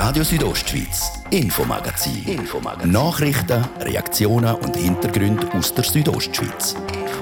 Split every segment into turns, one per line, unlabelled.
Radio Südostschweiz, Infomagazin. Nachrichten, Reaktionen und Hintergründe aus der Südostschweiz.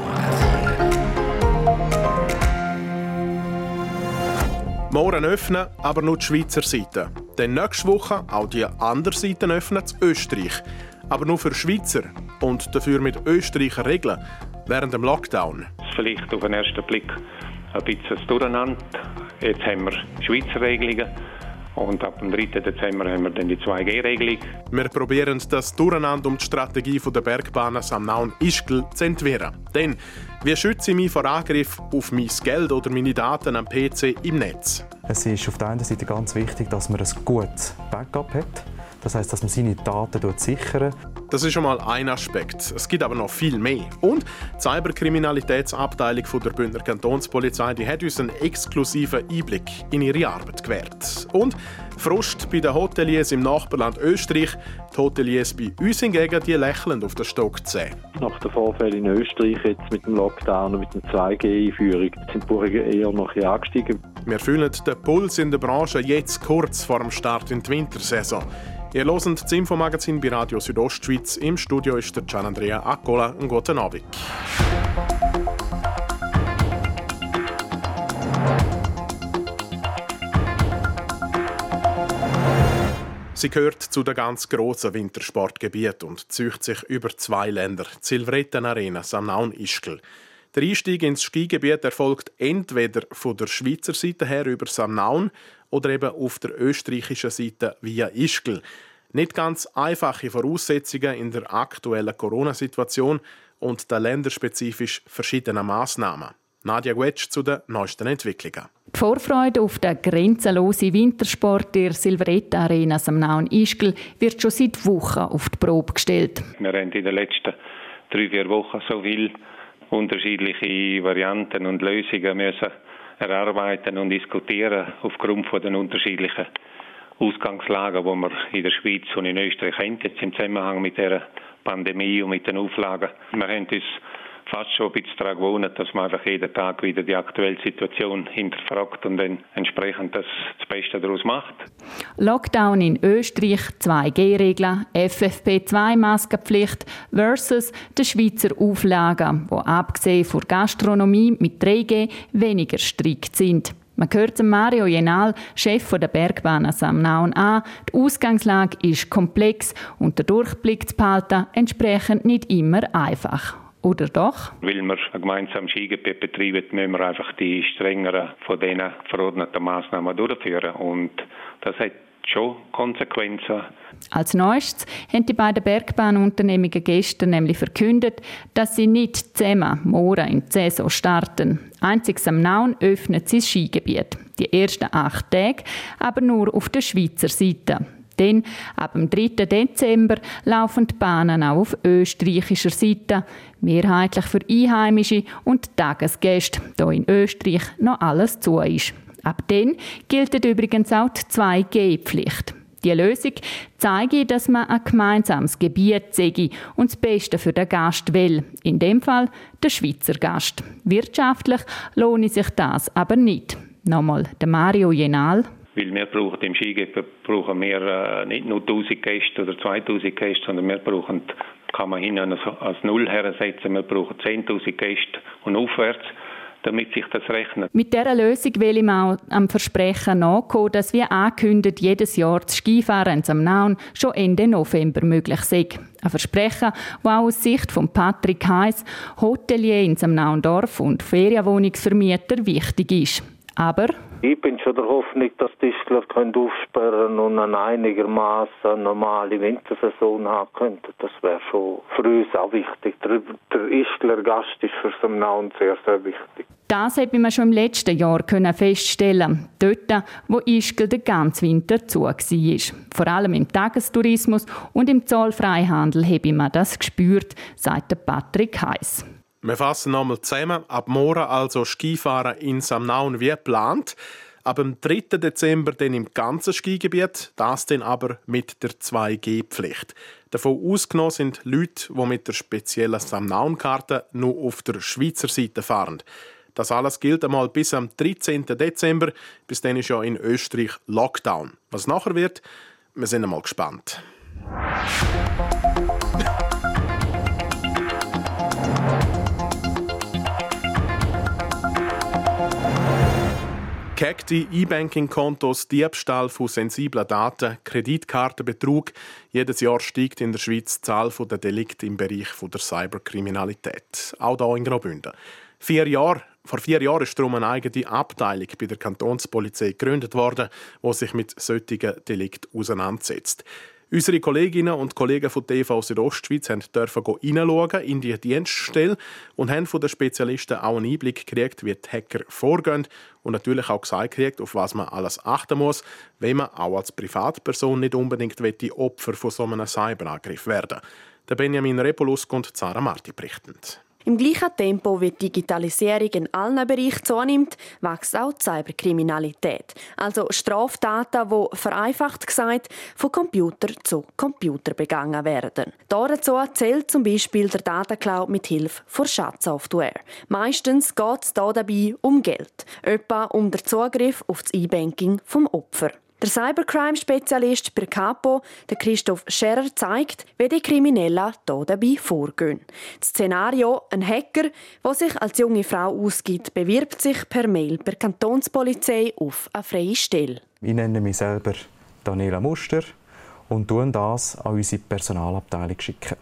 Morgen öffnen, aber nur die Schweizer Seite. Dann nächste Woche auch die andere Seite öffnen, Österreich. Aber nur für Schweizer und dafür mit Österreicher Regeln während dem Lockdown.
Vielleicht auf den ersten Blick ein bisschen ein Durcheinander. Jetzt haben wir Schweizer Regelungen und ab dem 3. Dezember haben wir dann die 2G-Regelung.
Wir probieren das Durcheinander um die Strategie der Bergbahnen Samnaun-Ischgl zu entwirren. Denn wie schütze ich mich vor Angriff auf mein Geld oder meine Daten am PC im Netz?
Es ist auf der einen Seite ganz wichtig, dass man ein gutes Backup hat. Das heisst, dass man seine Daten sichert.
Das ist schon mal ein Aspekt. Es gibt aber noch viel mehr. Und die Cyberkriminalitätsabteilung der Bündner Kantonspolizei die hat uns einen exklusiven Einblick in ihre Arbeit gewährt. Und Frust bei den Hoteliers im Nachbarland Österreich. Die Hoteliers bei uns hingegen die lächelnd auf den Stock zu sehen.
Nach den Vorfällen in Österreich, jetzt mit dem Lockdown und mit der 2G-Einführung, sind die Buchungen eher noch angestiegen.
Wir fühlen den Puls in der Branche jetzt kurz vor dem Start in die Wintersaison. Ihr hört das Infomagazin bei Radio Südostschweiz. Im Studio ist der Gianandrea Accola. Einen guten Abend. Sie gehört zu den ganz grossen Wintersportgebieten und zieht sich über 2 Länder, die Silvreten Arena Samnaun-Ischgl. Der Einstieg ins Skigebiet erfolgt entweder von der Schweizer Seite her über Samnaun oder eben auf der österreichischen Seite via Ischgl. Nicht ganz einfache Voraussetzungen in der aktuellen Corona-Situation und den länderspezifisch verschiedenen Massnahmen. Nadja Guetsch zu den neuesten Entwicklungen.
Die Vorfreude auf den grenzenlosen Wintersport der Silvreten Arena Samnaun-Ischgl wird schon seit Wochen auf die Probe gestellt.
Wir haben in den letzten 3-4 Wochen so viele unterschiedliche Varianten und Lösungen müssen erarbeiten und diskutieren aufgrund von den unterschiedlichen Ausgangslagen, die wir in der Schweiz und in Österreich haben, jetzt im Zusammenhang mit der Pandemie und mit den Auflagen. Wir haben uns fast schon ein bisschen daran gewohnt, dass man einfach jeden Tag wieder die aktuelle Situation hinterfragt und dann entsprechend das Beste daraus macht.
Lockdown in Österreich, 2G-Regeln, FFP2-Maskenpflicht versus die Schweizer Auflagen, die abgesehen von Gastronomie mit 3G weniger strikt sind. Man hört Mario Jenal, Chef der Bergbahnen Samnaun, an. Die Ausgangslage ist komplex und der Durchblick zu behalten entsprechend nicht immer einfach. Oder doch?
Weil wir ein gemeinsames Skigebiet betreiben, müssen wir einfach die strengeren von diesen verordneten Massnahmen durchführen. Und das hat schon Konsequenzen.
Als Neuestes haben die beiden Bergbahnunternehmungen gestern nämlich verkündet, dass sie nicht zusammen morgen in die Saison starten. Einzig Samnaun öffnet sein Skigebiet. Die ersten 8 Tage aber nur auf der Schweizer Seite. Denn ab dem 3. Dezember laufen die Bahnen auch auf österreichischer Seite. Mehrheitlich für Einheimische und Tagesgäste, da in Österreich noch alles zu ist. Ab dann gilt übrigens auch die 2G-Pflicht. Die Lösung zeige, dass man ein gemeinsames Gebiet sehe und das Beste für den Gast will. In dem Fall der Schweizer Gast. Wirtschaftlich lohne sich das aber nicht. Nochmal der Mario Jenal.
Weil wir brauchen im Skigebiet brauchen wir nicht nur 1000 Gäste oder 2000 Gäste, sondern wir brauchen, kann man hinten als Null hersetzen, wir brauchen 10.000 Gäste und aufwärts, damit sich das rechnet.
Mit dieser Lösung will ich auch am Versprechen nachkommen, dass wie angekündigt jedes Jahr das Skifahren in Samnaun schon Ende November möglich sei. Ein Versprechen, das auch aus Sicht von Patrick Heiss, Hotelier in Samnaundorf und Ferienwohnungsvermieter, wichtig ist. Aber
ich bin schon der Hoffnung, dass die Ischgler aufsperren und eine einigermaßen normale Wintersaison haben könnten. Das wäre schon für uns auch wichtig. Der Ischgler Gast ist für Samnaun sehr, sehr wichtig.
Das konnte man schon im letzten Jahr feststellen. Dort, wo Ischgl den ganzen Winter zu war. Vor allem im Tagestourismus und im Zollfreihandel habe man das gespürt, sagt Patrick Heiss.
Wir fassen nochmal zusammen. Ab morgen also Skifahren in Samnaun wie geplant. Ab dem 3. Dezember dann im ganzen Skigebiet, das dann aber mit der 2G-Pflicht. Davon ausgenommen sind Leute, die mit der speziellen Samnaun-Karte nur auf der Schweizer Seite fahren. Das alles gilt einmal bis am 13. Dezember. Bis dann ist ja in Österreich Lockdown. Was nachher wird, Wir sind einmal gespannt. Gehackte E-Banking-Kontos, Diebstahl von sensiblen Daten, Kreditkartenbetrug. Jedes Jahr steigt in der Schweiz die Zahl der Delikte im Bereich der Cyberkriminalität. Auch hier in Graubünden. Vor 4 Jahren ist darum eine eigene Abteilung bei der Kantonspolizei gegründet worden, die sich mit solchen Delikten auseinandersetzt. Unsere Kolleginnen und Kollegen von TV Südostschweiz dürfen hineinschauen in die Dienststelle und haben von den Spezialisten auch einen Einblick gekriegt, wie die Hacker vorgehen und natürlich auch gesagt gekriegt, auf was man alles achten muss, wenn man auch als Privatperson nicht unbedingt Opfer von so einem Cyberangriff werden will. Der Benjamin Repolus und Sarah Marti berichten.
Im gleichen Tempo wie die Digitalisierung in allen Bereichen zunimmt, wächst auch die Cyberkriminalität. Also Straftaten, die vereinfacht gesagt von Computer zu Computer begangen werden. Dazu zählt zum Beispiel der Datenklau mit Hilfe von Schadsoftware. Meistens geht es dabei um Geld, etwa um den Zugriff auf das E-Banking vom Opfer. Der Cybercrime-Spezialist bei Capo, der Christoph Scherer, zeigt, wie die Kriminellen hier dabei vorgehen. Das Szenario: ein Hacker, der sich als junge Frau ausgibt, bewirbt sich per Mail per Kantonspolizei auf eine freie Stelle.
Ich nenne mich selber Daniela Muster und schicken das an unsere Personalabteilung.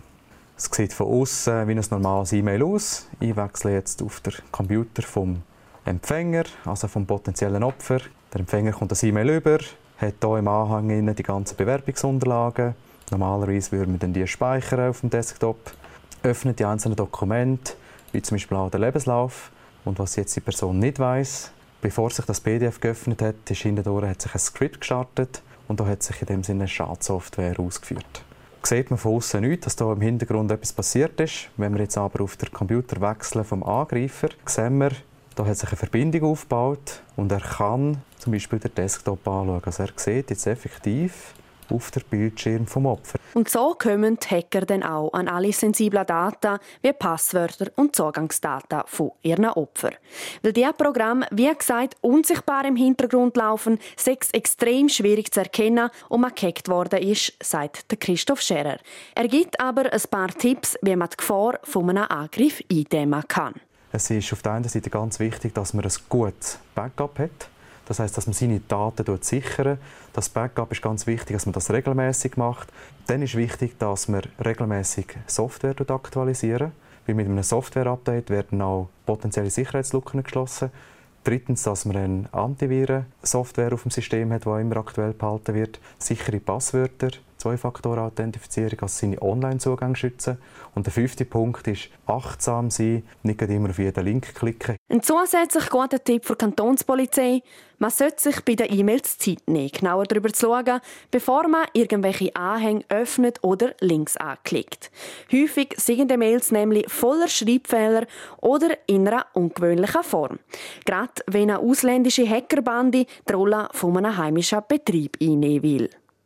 Es sieht von außen wie ein normales E-Mail aus. Ich wechsle jetzt auf den Computer vom Empfänger, also vom potenziellen Opfer. Der Empfänger kommt das E-Mail über, hat hier im Anhang die ganzen Bewerbungsunterlagen. Normalerweise würden wir dann die speichern auf dem Desktop, öffnet die einzelnen Dokumente, wie zum Beispiel auch den Lebenslauf. Und was jetzt die Person nicht weiss, bevor sich das PDF geöffnet hat, hat sich ein Skript gestartet und da hat sich in dem Sinne eine Schadsoftware ausgeführt. Sieht man von außen nicht, dass da im Hintergrund etwas passiert ist. Wenn wir jetzt aber auf den Computer wechseln vom Angreifer, sehen wir, da hat sich eine Verbindung aufgebaut und er kann zum Beispiel den Desktop anschauen. Also er sieht jetzt effektiv auf den Bildschirm vom Opfer.
Und so kommen die Hacker dann auch an alle sensiblen Daten wie Passwörter und Zugangsdaten von ihren Opfern. Weil diese Programme, wie gesagt, unsichtbar im Hintergrund laufen, sei es extrem schwierig zu erkennen, ob man gehackt worden ist, sagt der Christoph Scherer. Er gibt aber ein paar Tipps, wie man die Gefahr von einem Angriff eindämmen kann.
Es ist auf der einen Seite ganz wichtig, dass man ein gutes Backup hat. Das heisst, dass man seine Daten sichert. Das Backup ist ganz wichtig, dass man das regelmäßig macht. Dann ist wichtig, dass man regelmäßig Software aktualisiert. Weil mit einem Software-Update werden auch potenzielle Sicherheitslücken geschlossen. Drittens, dass man eine Antiviren-Software auf dem System hat, die immer aktuell behalten wird. Sichere Passwörter, Zwei-Faktor-Authentifizierung, also seine Online-Zugänge schützen. Und der 5. Punkt ist achtsam sein, nicht immer auf jeden Link klicken.
Ein zusätzlich guter Tipp für die Kantonspolizei: man sollte sich bei den E-Mails Zeit nehmen, genauer darüber zu schauen, bevor man irgendwelche Anhänge öffnet oder Links anklickt. Häufig sind die Mails nämlich voller Schreibfehler oder in einer ungewöhnlichen Form. Gerade wenn eine ausländische Hackerbande die Rolle von einem heimischen Betrieb einnehmen will.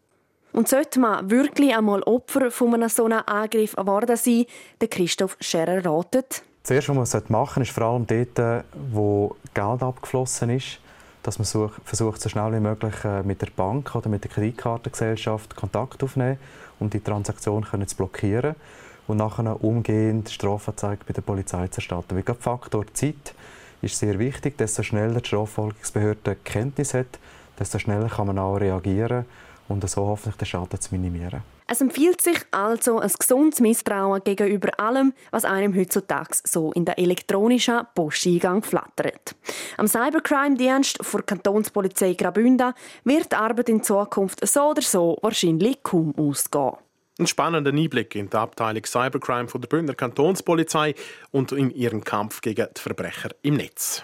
Und sollte man wirklich einmal Opfer von einem solchen Angriff geworden sein, der Christoph Scherer ratet:
Zuerst, was man machen sollte, ist vor allem dort, wo Geld abgeflossen ist, dass man versucht, so schnell wie möglich mit der Bank oder mit der Kreditkartengesellschaft Kontakt aufzunehmen, um die Transaktion zu blockieren und nachher umgehend Strafanzeige bei der Polizei zu erstatten. Weil der Faktor Zeit ist sehr wichtig. Desto schneller die Strafverfolgungsbehörde Kenntnis hat, desto schneller kann man auch reagieren und so hoffentlich den Schaden zu minimieren.
Es empfiehlt sich also ein gesundes Misstrauen gegenüber allem, was einem heutzutage so in der elektronischen Posteingang flattert. Am Cybercrime-Dienst der Kantonspolizei Graubünden wird die Arbeit in Zukunft so oder so wahrscheinlich kaum ausgehen.
Ein spannender Einblick in die Abteilung Cybercrime von der Bündner Kantonspolizei und in ihren Kampf gegen die Verbrecher im Netz.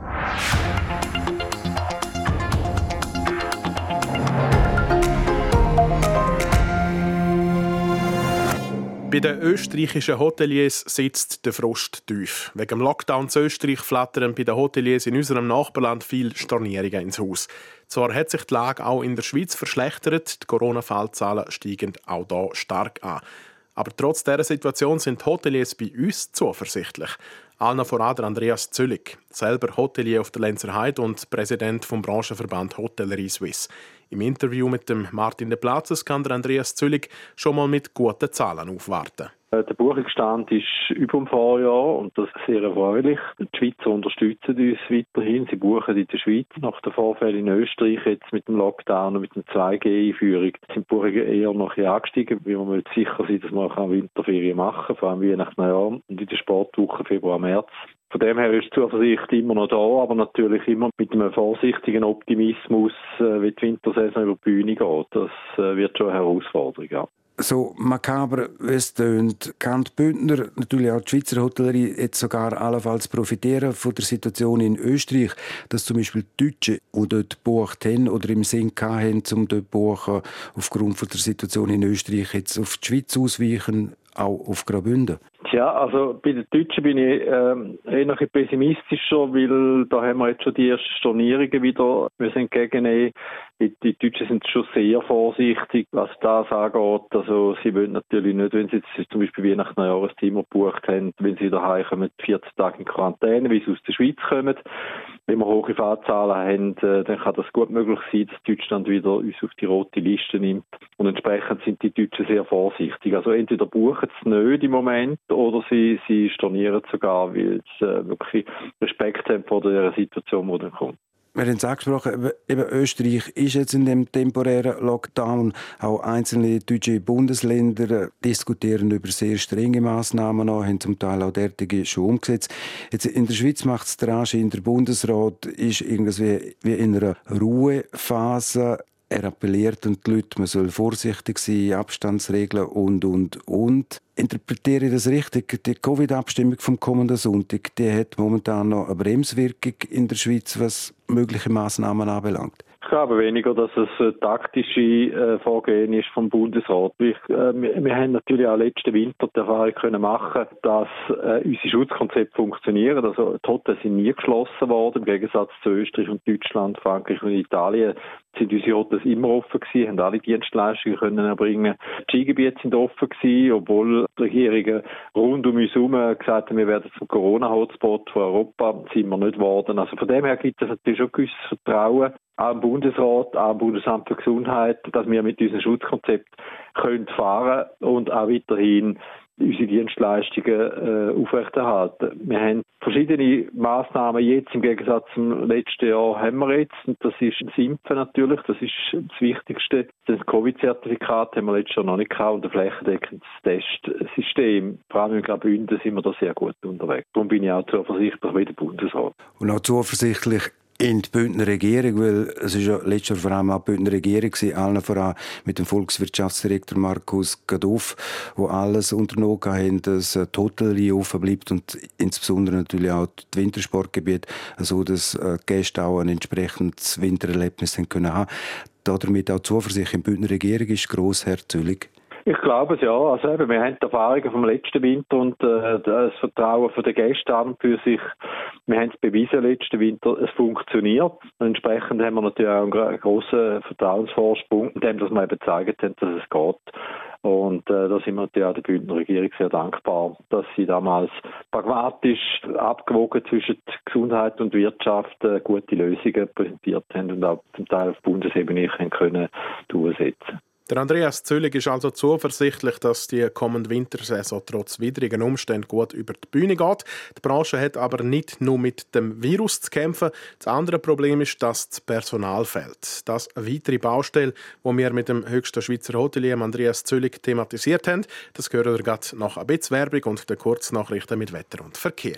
Bei den österreichischen Hoteliers sitzt der Frost tief. Wegen dem Lockdown in Österreich flattern bei den Hoteliers in unserem Nachbarland viele Stornierungen ins Haus. Zwar hat sich die Lage auch in der Schweiz verschlechtert, die Corona-Fallzahlen steigen auch hier stark an. Aber trotz dieser Situation sind die Hoteliers bei uns zuversichtlich. Allen voran Andreas Züllig, selber Hotelier auf der Lenzerheide und Präsident vom Branchenverband Hotellerie Suisse. Im Interview mit dem Martin de Platzes kann Andreas Züllig schon mal mit guten Zahlen aufwarten.
Der Buchungsstand ist über dem Vorjahr und das ist sehr erfreulich. Die Schweizer unterstützen uns weiterhin. Sie buchen in der Schweiz. Nach den Vorfällen in Österreich, jetzt mit dem Lockdown und mit der 2G-Einführung, sind die Buchungen eher noch angestiegen, weil man sicher sein, dass man Winterferien machen kann, vor allem Weihnachten, Neujahr und in der Sportwoche Februar, März. Von dem her ist die Zuversicht immer noch da, aber natürlich immer mit einem vorsichtigen Optimismus, wie die Wintersaison über die Bühne geht. Das wird schon eine Herausforderung, ja.
So makaber wie es tönt, kann die Bündner, natürlich auch die Schweizer Hotellerie, jetzt sogar allenfalls profitieren von der Situation in Österreich, dass zum Beispiel die Deutschen, die dort gebucht haben oder im Sinn haben, um dort zu buchen, aufgrund von der Situation in Österreich jetzt auf die Schweiz ausweichen, auch auf Graubünden?
Ja, also bei den Deutschen bin ich eher ein pessimistischer, weil da haben wir jetzt schon die ersten Stornierungen wieder entgegennehmen. Die Deutschen sind schon sehr vorsichtig, was das angeht. Also sie wollen natürlich nicht, wenn sie jetzt zum Beispiel Weihnachten ein Jahresteam gebucht haben, wenn sie wieder heimkommen, 14 Tage in Quarantäne, wie sie aus der Schweiz kommen. Wenn wir hohe Fallzahlen haben, dann kann das gut möglich sein, dass Deutschland wieder uns auf die rote Liste nimmt. Und entsprechend sind die Deutschen sehr vorsichtig. Also entweder buchen sie nicht im Moment oder sie stornieren sogar, weil sie wirklich Respekt haben vor der Situation, die dann kommt.
Wir haben es angesprochen, eben Österreich ist jetzt in dem temporären Lockdown. Auch einzelne deutsche Bundesländer diskutieren über sehr strenge Massnahmen noch, haben zum Teil auch derartige schon umgesetzt. Jetzt in der Schweiz macht es der Anschein, der Bundesrat ist irgendwie wie in einer Ruhephase. Er appelliert an die Leute, man soll vorsichtig sein, Abstandsregeln und. Interpretiere ich das richtig? Die Covid-Abstimmung vom kommenden Sonntag, die hat momentan noch eine Bremswirkung in der Schweiz, was mögliche Massnahmen anbelangt.
Ich glaube weniger, dass es ein taktische Vorgehen ist vom Bundesrat. Wir haben natürlich auch letzten Winter die Erfahrung können machen, dass unsere Schutzkonzepte funktionieren. Also die Hotels sind nie geschlossen worden, im Gegensatz zu Österreich und Deutschland, Frankreich und Italien sind unsere Hotels immer offen gewesen, haben alle Dienstleistungen können erbringen. Die Skigebiete sind offen gewesen, obwohl die Regierungen rund um uns herum gesagt haben, wir werden zum Corona-Hotspot von Europa, sind wir nicht geworden. Also von dem her gibt es natürlich schon gewisses Vertrauen auch im Bundesrat, auch im Bundesamt für Gesundheit, dass wir mit unserem Konzept fahren können und auch weiterhin unsere Dienstleistungen aufrechterhalten. Wir haben verschiedene Massnahmen jetzt im Gegensatz zum letzten Jahr haben wir jetzt. Und das ist das Impfen natürlich, das ist das Wichtigste. Das Covid-Zertifikat haben wir letztes Jahr noch nicht gehabt und ein flächendeckendes Testsystem. Vor allem in Graubünden sind wir da sehr gut unterwegs. Darum bin ich auch zuversichtlich wie der Bundesrat.
Und auch zuversichtlich in die Bündner Regierung, weil es ist ja letztes Jahr vor allem auch die Bündner Regierung gewesen, allen voran mit dem Volkswirtschaftsdirektor Markus Gaduff, wo alles unternommen haben, dass die Hotellerie offen bleibt und insbesondere natürlich auch die Wintersportgebiete, also dass die Gäste auch ein entsprechendes Wintererlebnis haben können. Damit auch die Zuversicht in die Bündner Regierung ist gross, Herr Züllig.
Ich glaube es ja. Also eben, wir haben die Erfahrungen vom letzten Winter und das Vertrauen von den Gästen an für sich. Wir haben es bewiesen letzten Winter, es funktioniert. Und entsprechend haben wir natürlich auch einen grossen Vertrauensvorsprung, indem dass wir eben gezeigt haben, dass es geht. Und da sind wir natürlich auch der Bündner Regierung sehr dankbar, dass sie damals pragmatisch abgewogen zwischen Gesundheit und Wirtschaft gute Lösungen präsentiert haben und auch zum Teil auf Bundesebene können durchsetzen.
Der Andreas Züllig ist also zuversichtlich, dass die kommende Wintersaison trotz widrigen Umständen gut über die Bühne geht. Die Branche hat aber nicht nur mit dem Virus zu kämpfen. Das andere Problem ist, dass das Personal fehlt. Das eine weitere Baustelle, die wir mit dem höchsten Schweizer Hotelier Andreas Züllig thematisiert haben. Das hören wir gerade nach ein bisschen Werbung und den Kurznachrichten mit Wetter und Verkehr.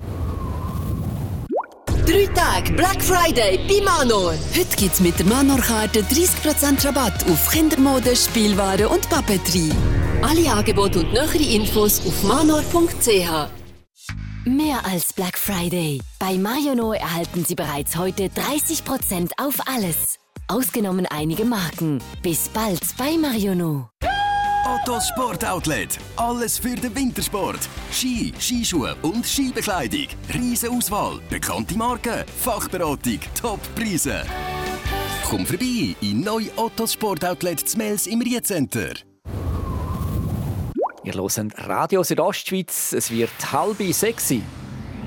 3 Tage Black Friday bei Manor. Heute gibt es mit der Manor-Karte 30% Rabatt auf Kindermode, Spielwaren und Papeterie. Alle Angebote und nähere Infos auf manor.ch. Mehr als Black Friday. Bei Marionor erhalten Sie bereits heute 30% auf alles. Ausgenommen einige Marken. Bis bald bei Marionor.
Ottos Sportoutlet. Alles für den Wintersport. Ski, Skischuhe und Skibekleidung. Riesen Auswahl, bekannte Marken, Fachberatung, Top-Preise. Komm vorbei in neu Ottos Sportoutlet Zmels im Riecenter.
Wir hören Radio Südostschweiz. Es wird 5:30.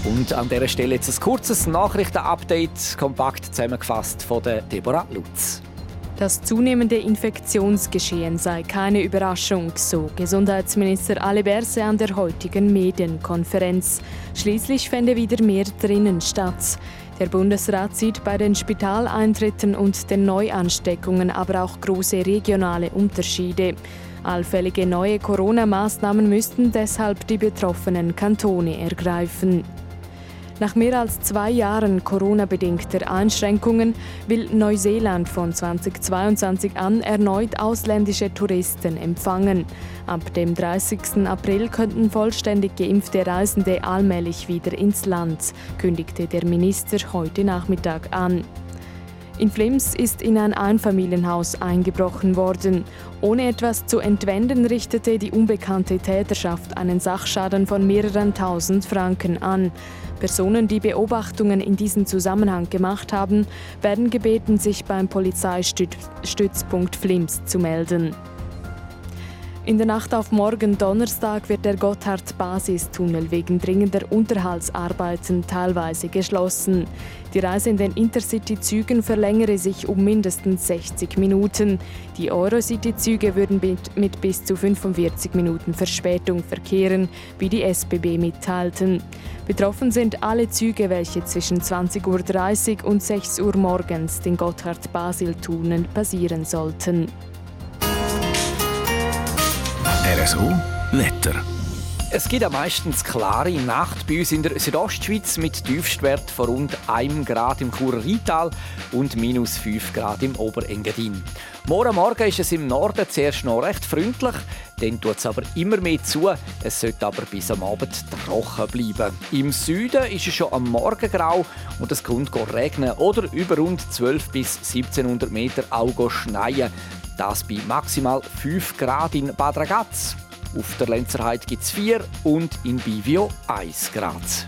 Und an dieser Stelle jetzt ein kurzes Nachrichtenupdate, kompakt zusammengefasst von der Deborah Lutz.
Das zunehmende Infektionsgeschehen sei keine Überraschung, so Gesundheitsminister Ali Berse an der heutigen Medienkonferenz. Schließlich fände wieder mehr drinnen statt. Der Bundesrat sieht bei den Spitaleintritten und den Neuansteckungen aber auch große regionale Unterschiede. Allfällige neue Corona-Maßnahmen müssten deshalb die betroffenen Kantone ergreifen. Nach mehr als 2 Jahren Corona-bedingter Einschränkungen will Neuseeland von 2022 an erneut ausländische Touristen empfangen. Ab dem 30. April könnten vollständig geimpfte Reisende allmählich wieder ins Land, kündigte der Minister heute Nachmittag an. In Flims ist in ein Einfamilienhaus eingebrochen worden. Ohne etwas zu entwenden, richtete die unbekannte Täterschaft einen Sachschaden von mehreren tausend Franken an. Personen, die Beobachtungen in diesem Zusammenhang gemacht haben, werden gebeten, sich beim Polizeistützpunkt Flims zu melden. In der Nacht auf morgen Donnerstag wird der Gotthard-Basistunnel wegen dringender Unterhaltsarbeiten teilweise geschlossen. Die Reise in den Intercity-Zügen verlängere sich um mindestens 60 Minuten. Die Eurocity-Züge würden mit bis zu 45 Minuten Verspätung verkehren, wie die SBB mitteilten. Betroffen sind alle Züge, welche zwischen 20:30 Uhr und 6 Uhr morgens den Gotthard-Basil-Tunnel passieren sollten.
RSO Wetter.
Es gibt ja meistens klare Nacht bei uns in der Südostschweiz mit Tiefstwert von rund 1 Grad im Churer Rheintal und minus 5 Grad im Oberengadin. Morgen ist es im Norden zuerst noch recht freundlich, dann tut es aber immer mehr zu. Es sollte aber bis am Abend trocken bleiben. Im Süden ist es schon am Morgen grau und es könnte regnen oder über rund 12 bis 1700 Meter auch schneien. Das bei maximal 5 Grad in Bad Ragaz. Auf der Lenzerheide gibt es 4 und in Bivio 1 Grad.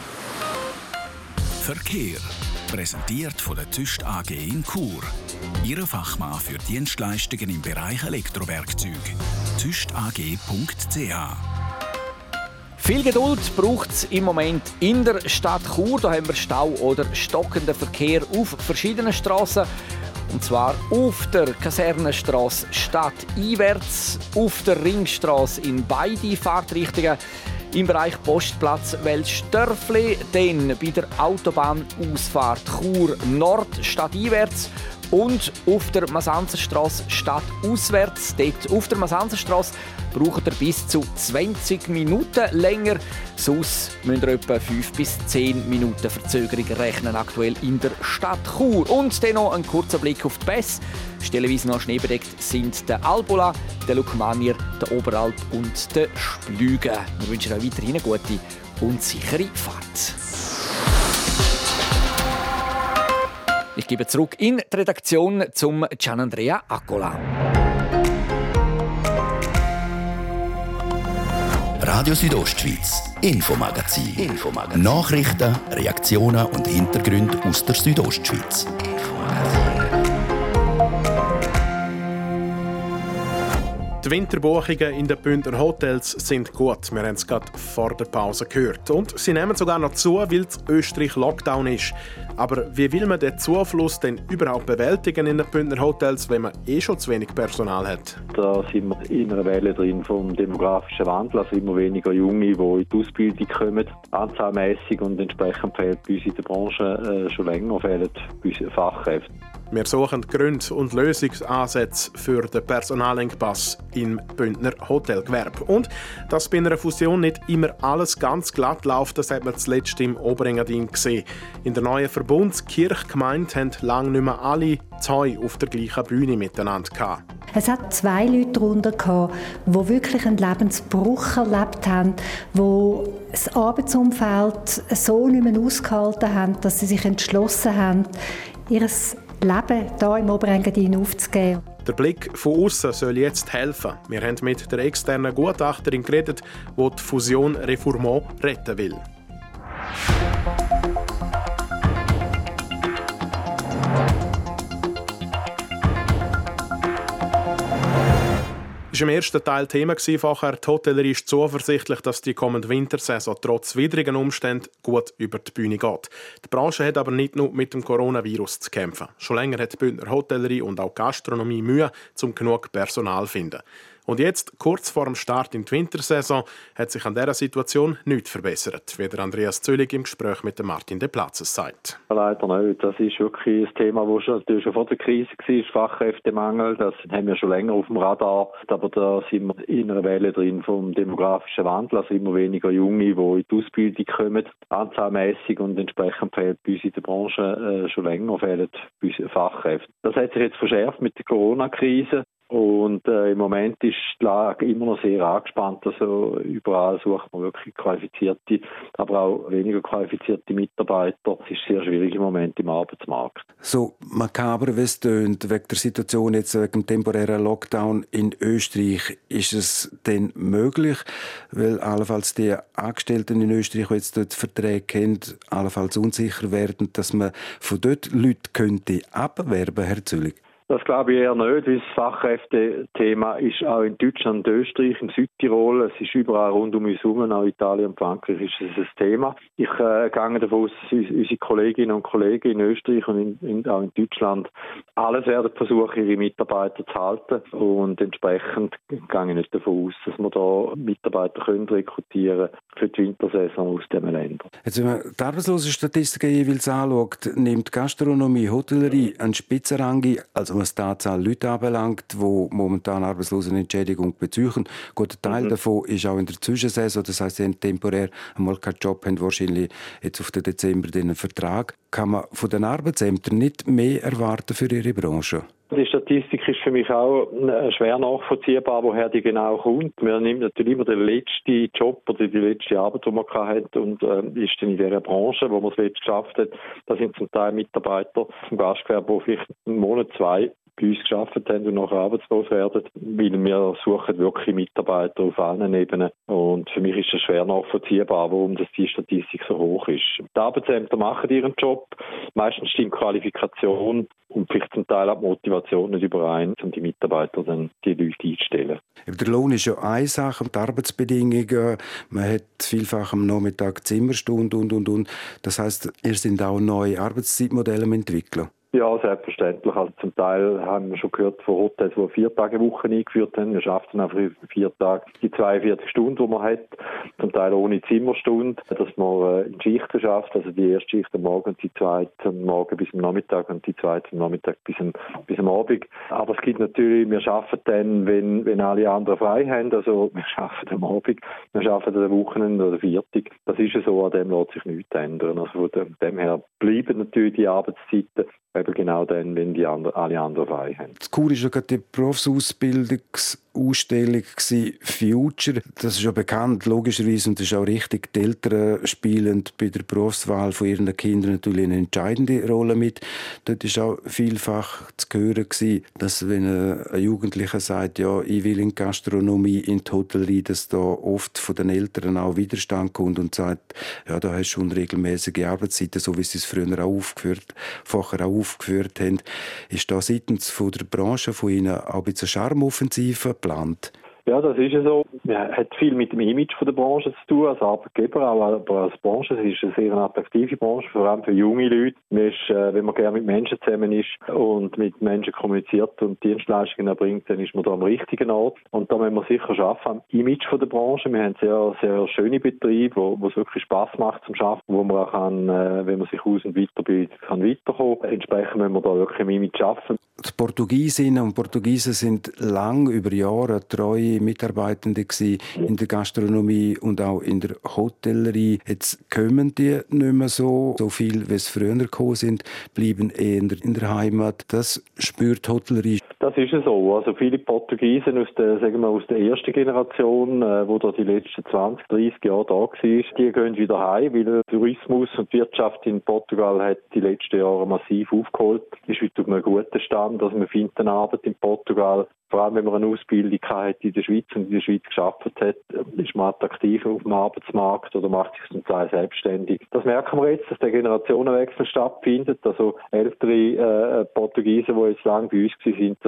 Verkehr. Präsentiert von der Züst AG in Chur. Ihre Fachmann für Dienstleistungen im Bereich Elektrowerkzeug. züstag.ch.
Viel Geduld braucht es im Moment in der Stadt Chur. Da haben wir Stau oder stockenden Verkehr auf verschiedenen Strassen. Und zwar auf der Kasernenstrasse stadteinwärts, auf der Ringstrasse in beide Fahrtrichtungen, im Bereich Postplatz Weltstörfli, dann bei der Autobahnausfahrt Chur Nord stadteinwärts und auf der Masanzerstrasse stadtauswärts. Dort auf der Masanzerstrasse braucht ihr bis zu 20 Minuten länger. Sonst müsst ihr etwa 5 bis 10 Minuten Verzögerung rechnen, aktuell in der Stadt Chur. Und dann noch ein kurzer Blick auf die Pässe. Stellenweise noch schneebedeckt sind der Albula, der Lukmanier, der Oberalp und der Splügen. Wir wünschen euch weiterhin eine gute und sichere Fahrt. Ich gebe zurück in die Redaktion zum Gianandrea Accola.
Radio Südostschweiz, Infomagazin. Nachrichten, Reaktionen und Hintergründe aus der Südostschweiz.
Die Winterbuchungen in den Bündner Hotels sind gut. Wir haben es gerade vor der Pause gehört. Und sie nehmen sogar noch zu, weil in Österreich Lockdown ist. Aber wie will man den Zufluss denn überhaupt bewältigen in den Bündner Hotels, wenn man schon zu wenig Personal hat?
Da sind wir in einer Welle drin vom demografischen Wandel, also immer weniger Junge, die in die Ausbildung kommen, anzahlmässig, und entsprechend fehlt bei uns in der Branche schon länger Fachkräfte.
Wir suchen Gründe und Lösungsansätze für den Personalengpass im Bündner Hotelgewerbe. Und dass bei einer Fusion nicht immer alles ganz glatt läuft, das hat man zuletzt im Oberengadin gesehen. In der neuen Verbundskirchgemeinde haben lange nicht mehr alle zwei auf der gleichen Bühne miteinander gehabt.
Es hat 2 Leute darunter gehabt, die wirklich einen Lebensbruch erlebt haben, die das Arbeitsumfeld so nicht mehr ausgehalten haben, dass sie sich entschlossen haben, ihr Leben hier im Oberengadin aufzugeben.
Der Blick von außen soll jetzt helfen. Wir haben mit der externen Gutachterin geredet, die die Fusion Reformant retten will. Das war im ersten Teil Thema. Vorher, die Hotellerie ist zuversichtlich, dass die kommende Wintersaison trotz widrigen Umständen gut über die Bühne geht. Die Branche hat aber nicht nur mit dem Coronavirus zu kämpfen. Schon länger hat die Bündner Hotellerie und auch Gastronomie Mühe, um genug Personal zu finden. Und jetzt, kurz vor dem Start in die Wintersaison, hat sich an dieser Situation nichts verbessert, wie der Andreas Zöllig im Gespräch mit Martin De Platzes sagt.
Leider nicht. Das ist wirklich ein Thema, das natürlich schon vor der Krise war, Fachkräftemangel. Das haben wir schon länger auf dem Radar. Aber da sind wir in einer Welle drin vom demografischen Wandel. Also immer weniger Junge, die in die Ausbildung kommen, anzahlmässig, und entsprechend fehlt bei uns in der Branche schon länger fehlen Fachkräfte. Das hat sich jetzt verschärft mit der Corona-Krise. Und im Moment ist die Lage immer noch sehr angespannt. Also überall sucht man wirklich qualifizierte, aber auch weniger qualifizierte Mitarbeiter. Es ist sehr schwierig im Moment im Arbeitsmarkt.
So makaber wie es tönt, wegen der Situation jetzt, wegen dem temporären Lockdown in Österreich, ist es denn möglich, weil allenfalls die Angestellten in Österreich, die jetzt dort Verträge kennen, allenfalls unsicher werden, dass man von dort Leute könnte abwerben, Herr Zöllig?
Das glaube ich eher nicht, weil das Fachkräftethema ist auch in Deutschland und Österreich, im Südtirol, es ist überall rund um uns herum, auch Italien und Frankreich ist es ein Thema. Ich gehe davon aus, dass unsere Kolleginnen und Kollegen in Österreich und auch in Deutschland alles werden versuchen, ihre Mitarbeiter zu halten, und entsprechend gehe ich nicht davon aus, dass wir da Mitarbeiter können rekrutieren für die Wintersaison aus diesen Ländern.
Jetzt, wenn man die Arbeitslosenstatistiken jeweils anschaut, nimmt Gastronomie, Hotellerie einen Spitzenrang ein, also was die Anzahl Leute anbelangt, die momentan Arbeitslosenentschädigung beziehen. Ein guter Teil davon ist auch in der Zwischensaison, das heisst, sie haben temporär einmal keinen Job, haben wahrscheinlich jetzt auf den Dezember einen Vertrag. Kann man von den Arbeitsämtern nicht mehr erwarten für ihre Branche?
Die Statistik ist für mich auch schwer nachvollziehbar, woher die genau kommt. Man nimmt natürlich immer den letzten Job oder die letzte Arbeit, die man hat, und ist dann in dieser Branche, wo man es letztes geschafft hat. Das sind zum Teil Mitarbeiter vom Gastgewerbe, die vielleicht einen Monat, 2 bei uns gearbeitet haben und nachher arbeitslos werden, weil wir suchen wirklich Mitarbeiter auf allen Ebenen. Und für mich ist es schwer nachvollziehbar, warum die Statistik so hoch ist. Die Arbeitsämter machen ihren Job, meistens stimmt die Qualifikation und vielleicht zum Teil auch die Motivation nicht überein, um die Mitarbeiter dann die Leute einzustellen.
Der Lohn ist ja eine Sache, die Arbeitsbedingungen. Man hat vielfach am Nachmittag Zimmerstunden und. Das heisst, ihr seid auch neue Arbeitszeitmodelle entwickeln.
Ja, selbstverständlich. Also zum Teil haben wir schon gehört von Hotels, die 4 Tage Woche eingeführt haben. Wir schaffen einfach 4 Tage die 42 Stunden, die man hat. Zum Teil ohne Zimmerstunde, dass man in Schichten schafft. Also die erste Schicht am Morgen und die zweite am Morgen bis am Nachmittag und die zweite am Nachmittag bis am Abend. Aber es gibt natürlich, wir arbeiten dann, wenn alle anderen frei haben. Also wir arbeiten am Abend, wir arbeiten am Wochenende oder Viertag. Das ist ja so, an dem lässt sich nichts ändern. Also von dem her bleiben natürlich die Arbeitszeiten, eben genau dann, wenn die alle anderen frei haben.
Das Kur war ja gerade die Berufsausbildungsausstellung Future. Das ist ja bekannt, logischerweise, und das ist auch richtig. Die Eltern spielen bei der Berufswahl von ihren Kindern natürlich eine entscheidende Rolle mit. Dort war auch vielfach zu hören, dass wenn ein Jugendlicher sagt, ja, ich will in die Gastronomie, in die Hotellerie, dass da oft von den Eltern auch Widerstand kommt und sagt, ja, da hast du unregelmäßige Arbeitszeiten, so wie sie es früher auch vorher auch aufgeführt haben. Ist da seitens von der Branche von Ihnen auch ein bisschen Charmeoffensive geplant?
Ja, das ist ja so. Ja, hat viel mit dem Image von der Branche zu tun, als Arbeitgeber, aber als Branche. Es ist eine sehr attraktive Branche, vor allem für junge Leute. Man ist, wenn man gerne mit Menschen zusammen ist und mit Menschen kommuniziert und Dienstleistungen erbringt, dann ist man da am richtigen Ort. Und da müssen wir sicher arbeiten am Image von der Branche. Wir haben sehr, sehr schöne Betriebe, wo es wirklich Spass macht zum Arbeiten, wo man auch kann, wenn man sich aus- und weiterbildet, kann weiterkommen. Entsprechend müssen wir da wirklich am Image arbeiten.
Die Portugiesinnen und Portugiesen sind lang über Jahre treue Mitarbeitende in der Gastronomie und auch in der Hotellerie. Jetzt kommen die nicht mehr so viel, wie es früher gekommen sind, bleiben eher in der Heimat. Das spürt die Hotellerie.
Das ist es so. Also viele Portugiesen aus der ersten Generation, wo da die letzten 20, 30 Jahre da war, die gehen wieder heim, weil der Tourismus und die Wirtschaft in Portugal hat die letzten Jahre massiv aufgeholt. Ist wieder auf einem guten Stand. Also man findet eine Arbeit in Portugal. Vor allem, wenn man eine Ausbildung hat in der Schweiz und in der Schweiz gearbeitet hat, ist man attraktiv auf dem Arbeitsmarkt oder macht sich zum Teil selbstständig. Das merken wir jetzt, dass der Generationenwechsel stattfindet. Also ältere Portugiesen, die jetzt lange bei uns sind, das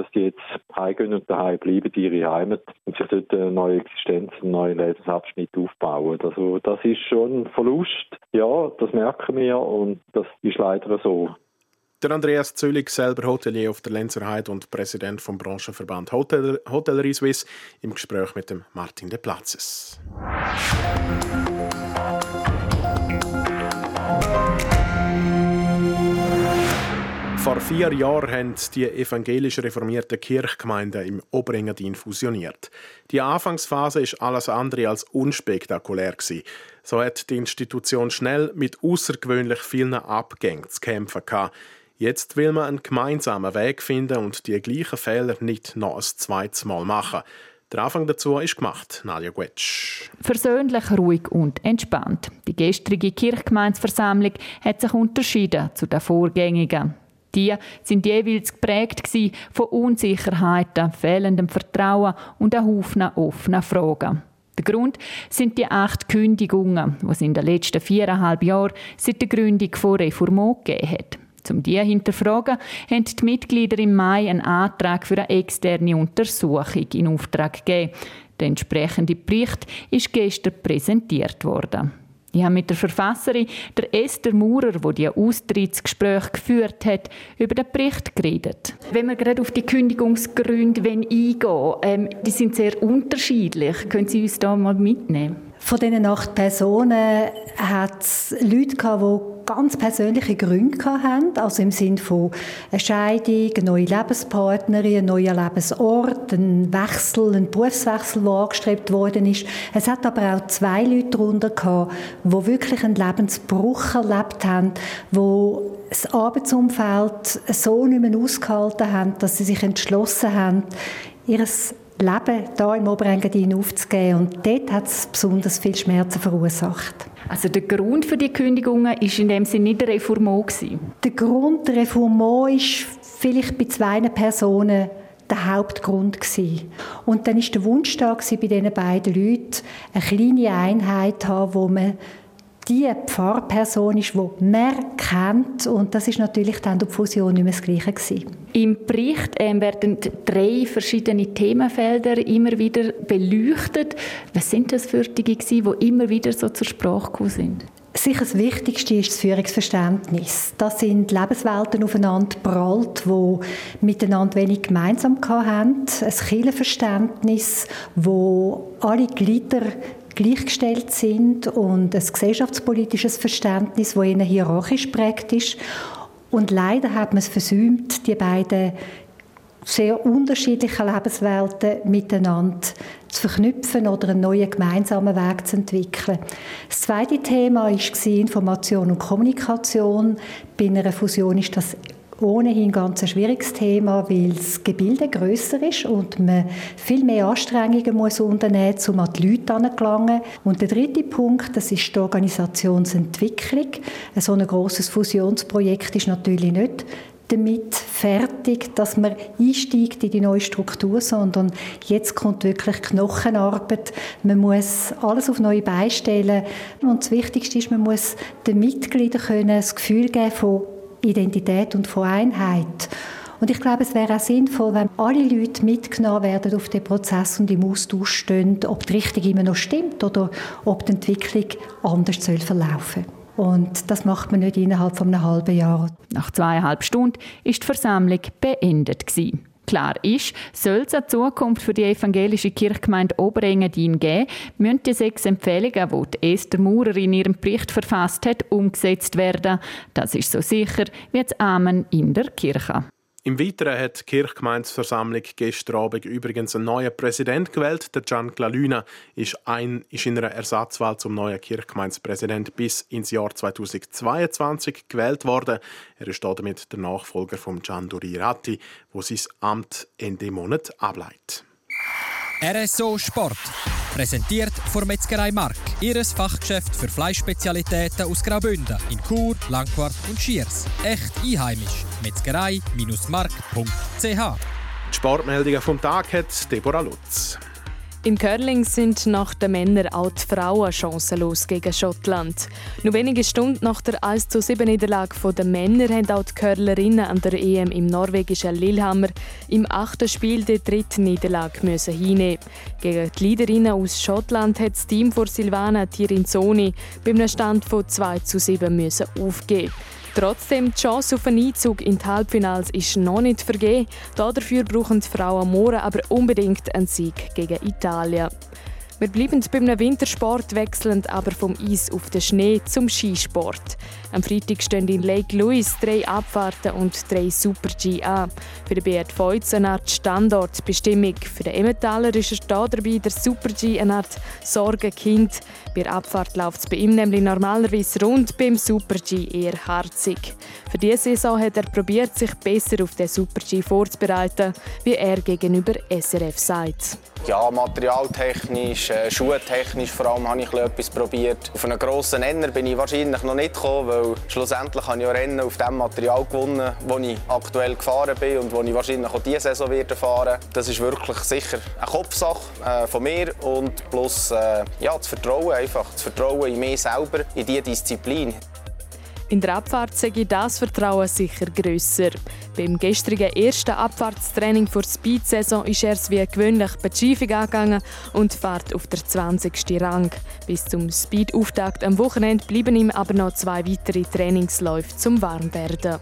dass die jetzt heimgehen und daheim bleiben, ihre Heimat, und sich dort eine neue Existenz, einen neuen Lebensabschnitt aufbauen. Also das ist schon ein Verlust. Ja, das merken wir und das ist leider so.
Der Andreas Zöllig, selber Hotelier auf der Lenzer Heide und Präsident vom Branchenverband Hotellerie Suisse, im Gespräch mit dem Martin de Platzes. Vor 4 Jahren haben die evangelisch reformierten Kirchgemeinden im Oberengadin fusioniert. Die Anfangsphase war alles andere als unspektakulär. So hat die Institution schnell mit außergewöhnlich vielen Abgängen zu kämpfen gehabt. Jetzt will man einen gemeinsamen Weg finden und die gleichen Fehler nicht noch ein zweites Mal machen. Der Anfang dazu ist gemacht, Nadja Guetsch.
Versöhnlich, ruhig und entspannt. Die gestrige Kirchgemeinsversammlung hat sich unterschieden zu den vorgängigen. Die sind jeweils geprägt von Unsicherheiten, fehlendem Vertrauen und einem Haufen offener Fragen. Der Grund sind die 8 Kündigungen, die es in den letzten 4,5 Jahren seit der Gründung von Reformo gegeben hat. Um diese zu hinterfragen, haben die Mitglieder im Mai einen Antrag für eine externe Untersuchung in Auftrag gegeben. Der entsprechende Bericht ist gestern präsentiert worden. Ich habe mit der Verfasserin, der Esther Maurer, die die Austrittsgespräche geführt hat, über den Bericht geredet. Wenn wir gerade auf die Kündigungsgründe eingehen, die sind sehr unterschiedlich. Können Sie uns da mal mitnehmen?
Von diesen 8 Personen hat es Leute gehabt, die ganz persönliche Gründe hatten, also im Sinne von einer Scheidung, eine neue Lebenspartnerin, ein neuer Lebensort, ein Wechsel, ein Berufswechsel, der angestrebt worden ist. Es hat aber auch 2 Leute darunter gehabt, die wirklich einen Lebensbruch erlebt haben, die das Arbeitsumfeld so nicht mehr ausgehalten haben, dass sie sich entschlossen haben, ihr Leben hier im Oberengadin aufzugeben. Und dort hat es besonders viel Schmerzen verursacht.
Also der Grund für die Kündigungen war in dem Sinne nicht der Reformo?
Der Grund der Reformo war vielleicht bei 2 Personen der Hauptgrund gewesen. Und dann war der Wunsch da gewesen, bei diesen beiden Leuten eine kleine Einheit zu haben, wo man die Pfarrperson ist, die man kennt. Und das ist natürlich dann durch die Fusion nicht mehr das Gleiche gewesen.
Im Bericht werden 3 verschiedene Themenfelder immer wieder beleuchtet. Was sind das für die, die immer wieder so zur Sprache gekommen sind?
Sicher das Wichtigste ist das Führungsverständnis. Das sind Lebenswelten aufeinander geprallt, die miteinander wenig gemeinsam hatten. Ein Kirchenverständnis, wo alle Glieder gleichgestellt sind, und ein gesellschaftspolitisches Verständnis, das eher hierarchisch geprägt ist. Und leider hat man es versäumt, die beiden sehr unterschiedlichen Lebenswelten miteinander zu verknüpfen oder einen neuen gemeinsamen Weg zu entwickeln. Das zweite Thema war Information und Kommunikation. Bei einer Fusion ist das ohnehin ganz ein schwieriges Thema, weil das Gebilde grösser ist und man viel mehr Anstrengungen muss unternehmen muss, um an die Leute heranzugelangen. Und der dritte Punkt, das ist die Organisationsentwicklung. So ein grosses Fusionsprojekt ist natürlich nicht damit fertig, dass man einsteigt in die neue Struktur, sondern jetzt kommt wirklich Knochenarbeit. Man muss alles auf neue Beine stellen. Und das Wichtigste ist, man muss den Mitgliedern das Gefühl geben von Identität und von Einheit. Und ich glaube, es wäre auch sinnvoll, wenn alle Leute mitgenommen werden auf den Prozess und im Austausch stehen, ob die Richtung immer noch stimmt oder ob die Entwicklung anders verlaufen soll. Und das macht man nicht innerhalb von einem halben Jahr.
Nach 2,5 Stunden war die Versammlung beendet. Klar ist, soll es eine Zukunft für die evangelische Kirchgemeinde Oberengadin geben, müssen die 6 Empfehlungen, die Esther Maurer in ihrem Bericht verfasst hat, umgesetzt werden. Das ist so sicher wie das Amen in der Kirche.
Im Weiteren hat die Kirchgemeindeversammlung gestern Abend übrigens einen neuen Präsidenten gewählt. Der Gian Glalüna ist in einer Ersatzwahl zum neuen Kirchgemeindepräsident bis ins Jahr 2022 gewählt worden. Er ist damit der Nachfolger von Gian Ratti, der sein Amt Ende Monat ableitet.
RSO Sport. Präsentiert von Metzgerei Mark. Ihres Fachgeschäft für Fleischspezialitäten aus Graubünden in Chur, Langquart und Schiers. Echt einheimisch. Metzgerei-mark.ch.
Die Sportmeldungen vom Tag hat Deborah Lutz.
Im Curling sind nach den Männern auch die Frauen chancenlos gegen Schottland. Nur wenige Stunden nach der 1:7-Niederlage der Männer haben auch die Curlerinnen an der EM im norwegischen Lillehammer im 8. Spiel die 3. Niederlage hinnehmen. Gegen die Leaderinnen aus Schottland hat das Team von Silvana Tirinzoni bei einem Stand von 2:7 aufgeben. Trotzdem, die Chance auf einen Einzug in die Halbfinals ist noch nicht vergeben. Dafür brauchen die Frauen morgen aber unbedingt einen Sieg gegen Italien. Wir bleiben bei einem Wintersport, wechselnd aber vom Eis auf den Schnee zum Skisport. Am Freitag stehen in Lake Louise 3 Abfahrten und 3 Super-G an. Für den Beat Feutz eine Art Standortbestimmung. Für den Emmentaler ist er dabei der Super-G eine Art Sorgenkind. Bei der Abfahrt läuft es bei ihm nämlich normalerweise rund, beim Super-G eher harzig. Für diese Saison hat er probiert, sich besser auf den Super-G vorzubereiten, wie er gegenüber SRF sagt.
Ja, materialtechnisch, schuhtechnisch vor allem habe ich etwas probiert. Auf einen grossen Nenner bin ich wahrscheinlich noch nicht gekommen, weil schlussendlich habe ich Rennen auf dem Material gewonnen, das ich aktuell gefahren bin und das ich wahrscheinlich auch diese Saison fahren werde. Das ist wirklich sicher eine Kopfsache von mir und plus das Vertrauen einfach, das Vertrauen in mich selber, in diese Disziplin.
In der Abfahrt sei das Vertrauen sicher grösser. Beim gestrigen ersten Abfahrtstraining für die Speed-Saison ist er es wie gewöhnlich Beschiefung angegangen und fährt auf der 20. Rang. Bis zum Speed-Auftakt am Wochenende bleiben ihm aber noch 2 weitere Trainingsläufe zum Warmwerden.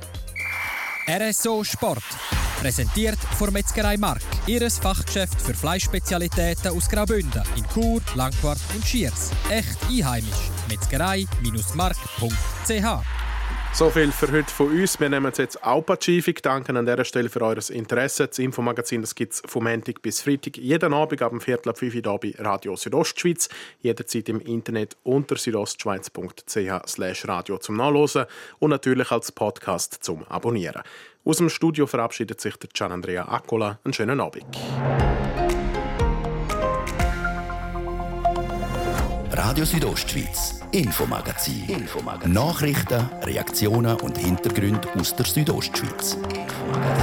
RSO Sport. Präsentiert von Metzgerei Mark. Ihres Fachgeschäft für Fleischspezialitäten aus Graubünden in Chur, Langquart und Schiers. Echt einheimisch. Metzgerei-mark.ch.
So viel für heute von uns. Wir nehmen jetzt auch Pazifik. Danke an dieser Stelle für euer Interesse. Das Infomagazin gibt es vom Montag bis Freitag jeden Abend ab 4:05 Uhr bei Radio Südostschweiz. Jederzeit im Internet unter südostschweiz.ch/radio zum Nachlesen und natürlich als Podcast zum Abonnieren. Aus dem Studio verabschiedet sich der Gian Andrea Accola. Einen schönen Abend.
Radio Südostschweiz, Infomagazin. Nachrichten, Reaktionen und Hintergründe aus der Südostschweiz.